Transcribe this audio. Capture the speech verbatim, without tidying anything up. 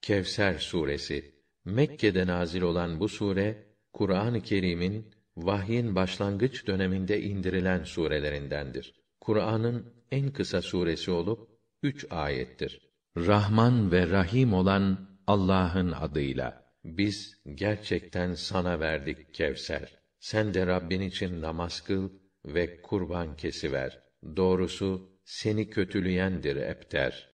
Kevser suresi Mekke'de nazil olan bu sure, Kur'an-ı Kerim'in vahyin başlangıç döneminde indirilen surelerindendir. Kur'an'ın en kısa suresi olup üç ayettir. Rahman ve Rahim olan Allah'ın adıyla. Biz gerçekten sana verdik Kevser. Sen de Rabbin için namaz kıl ve kurban kesiver. Doğrusu seni kötüleyendir ebter.